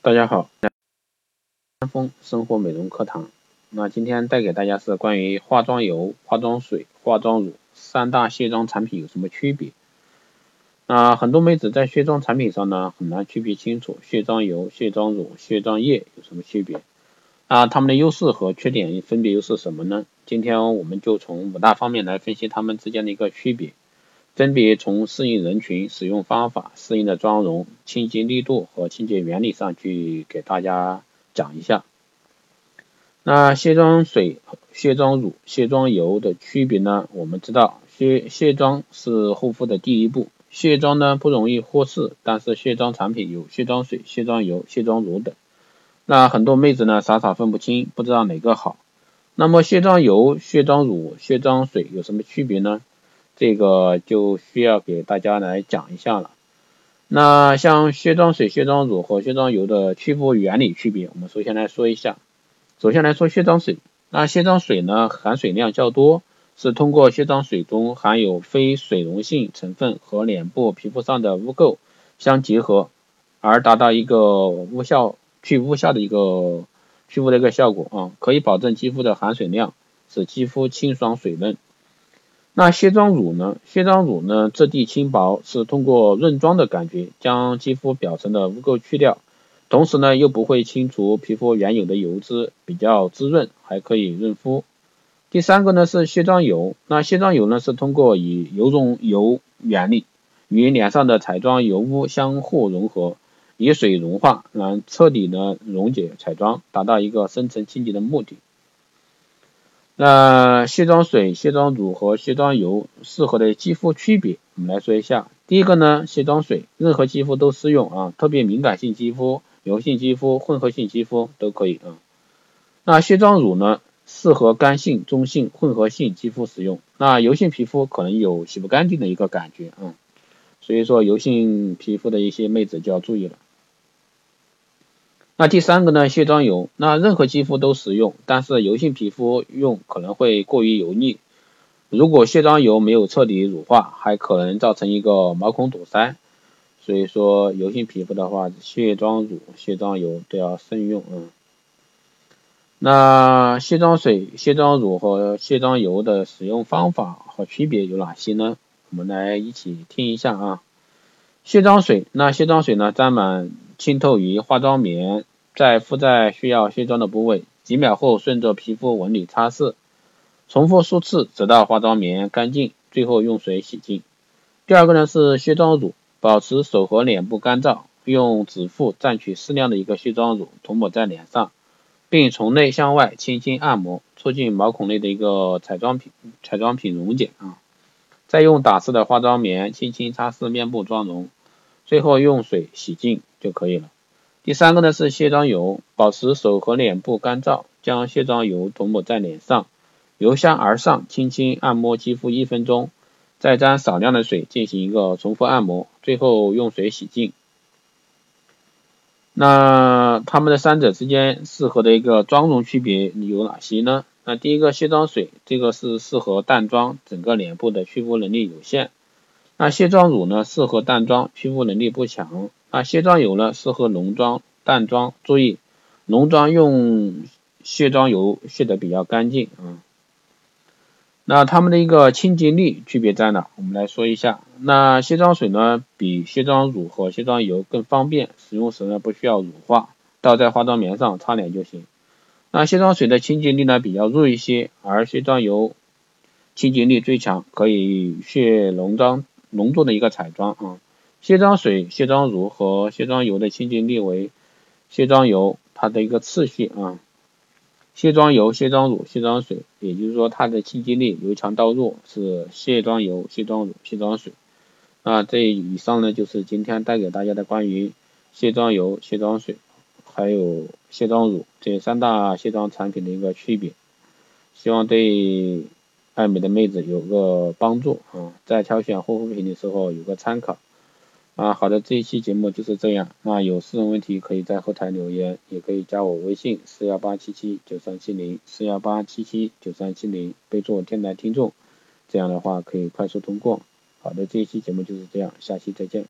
大家好，山峰生活美容课堂。那今天带给大家是关于化妆油、化妆水、化妆乳三大卸妆产品有什么区别。很多妹子在卸妆产品上呢很难区别清楚卸妆油、卸妆乳、卸妆液有什么区别。它们的优势和缺点分别又是什么呢？今天我们就从5大方面来分析它们之间的一个区别，分别从适应人群、使用方法、适应的妆容、清洁力度和清洁原理上去给大家讲一下。那卸妆水、卸妆乳、卸妆油的区别呢？我们知道卸妆是护肤的第一步，卸妆呢不容易忽视，但是卸妆产品有卸妆水、卸妆油、卸妆乳等。很多妹子呢傻分不清，不知道哪个好。那么卸妆油、卸妆乳、卸妆水有什么区别呢？这个就需要给大家来讲一下了。像卸妆水、卸妆乳和卸妆油的区分原理区别，我们首先来说一下。首先来说卸妆水，卸妆水呢含水量较多，是通过卸妆水中含有非水溶性成分和脸部皮肤上的污垢相结合，而达到一个去污的一个效果可以保证肌肤的含水量，使肌肤清爽水嫩。卸妆乳呢质地轻薄，是通过润妆的感觉将肌肤表层的污垢去掉，同时呢又不会清除皮肤原有的油脂，比较滋润，还可以润肤。第三个呢是卸妆油，卸妆油呢是通过以油溶油原理与脸上的彩妆油污相互融合，以水融化，彻底的溶解彩妆，达到一个深层清洁的目的。卸妆水、卸妆乳和卸妆油适合的肌肤区别，我们来说一下。第一个呢，卸妆水任何肌肤都适用特别敏感性肌肤、油性肌肤、混合性肌肤都可以卸妆乳呢适合干性、中性、混合性肌肤使用。油性皮肤可能有洗不干净的一个感觉所以说油性皮肤的一些妹子就要注意了。第三个呢，卸妆油，任何肌肤都使用，但是油性皮肤用可能会过于油腻。如果卸妆油没有彻底乳化，还可能造成一个毛孔堵塞。所以说油性皮肤的话，卸妆乳、卸妆油都要慎用卸妆水、卸妆乳和卸妆油的使用方法和区别有哪些呢？我们来一起听一下卸妆水，卸妆水呢沾满浸透于化妆棉，再敷在需要卸妆的部位，几秒后顺着皮肤纹理擦拭，重复数次直到化妆棉干净，最后用水洗净。第二个呢是卸妆乳，保持手和脸部干燥，用指腹蘸取适量的一个卸妆乳涂抹在脸上，并从内向外轻轻按摩，促进毛孔内的一个彩妆品溶解再用打湿的化妆棉轻轻擦拭面部妆容，最后用水洗净就可以了。第三个呢是卸妆油，保持手和脸部干燥，将卸妆油涂抹在脸上，由下而上轻轻按摩肌肤1分钟，再沾少量的水进行一个重复按摩，最后用水洗净。它们的三者之间适合的一个妆容区别有哪些呢？第一个卸妆水，这个是适合淡妆，整个脸部的去污能力有限。卸妆乳呢适合淡妆，去污能力不强。卸妆油呢适合浓妆、淡妆，注意浓妆用卸妆油卸得比较干净它们的一个清洁力区别在哪？我们来说一下。卸妆水呢比卸妆乳和卸妆油更方便，使用时呢不需要乳化，倒在化妆棉上擦脸就行。卸妆水的清洁力呢比较弱一些，而卸妆油清洁力最强，可以卸浓重的一个彩妆卸妆水、卸妆乳和卸妆油的清洁力为卸妆油它的一个次序卸妆油、卸妆乳、卸妆水，也就是说它的清洁力由强到弱是卸妆油、卸妆乳、卸妆水这以上呢就是今天带给大家的关于卸妆油、卸妆水还有卸妆乳这3大卸妆产品的一个区别，希望对爱美的妹子有个帮助在挑选护肤品的时候有个参考好的，这一期节目就是这样有私人问题可以在后台留言，也可以加我微信418779370，418779370，备注天台听众，这样的话可以快速通过。好的，这一期节目就是这样，下期再见。